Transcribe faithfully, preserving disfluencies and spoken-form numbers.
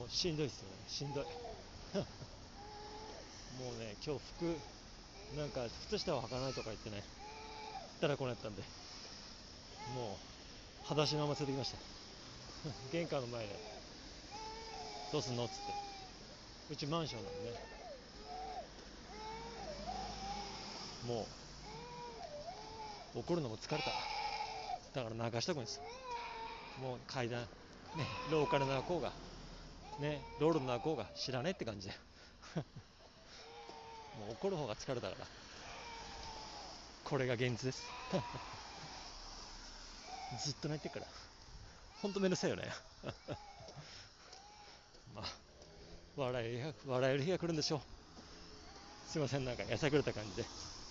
うしんどいっすよね、しんどいもうね、今日服なんか靴下を履かないとか言ってね、ったらこうなったんで、もう裸足のまま連れてきました玄関の前でどうすんのっつって、うちマンションなんでね、もう怒るのも疲れた、だから流しとくんですよ。もう階段ね、ローカルな子がね、ロールな子が知らねえって感じでもう怒る方が疲れたから、これが現実ですずっと泣いてるから、ほんとめんどくさいよねまあ笑える日が笑える日が来るんでしょう。すいません、なんかやさぐれた感じで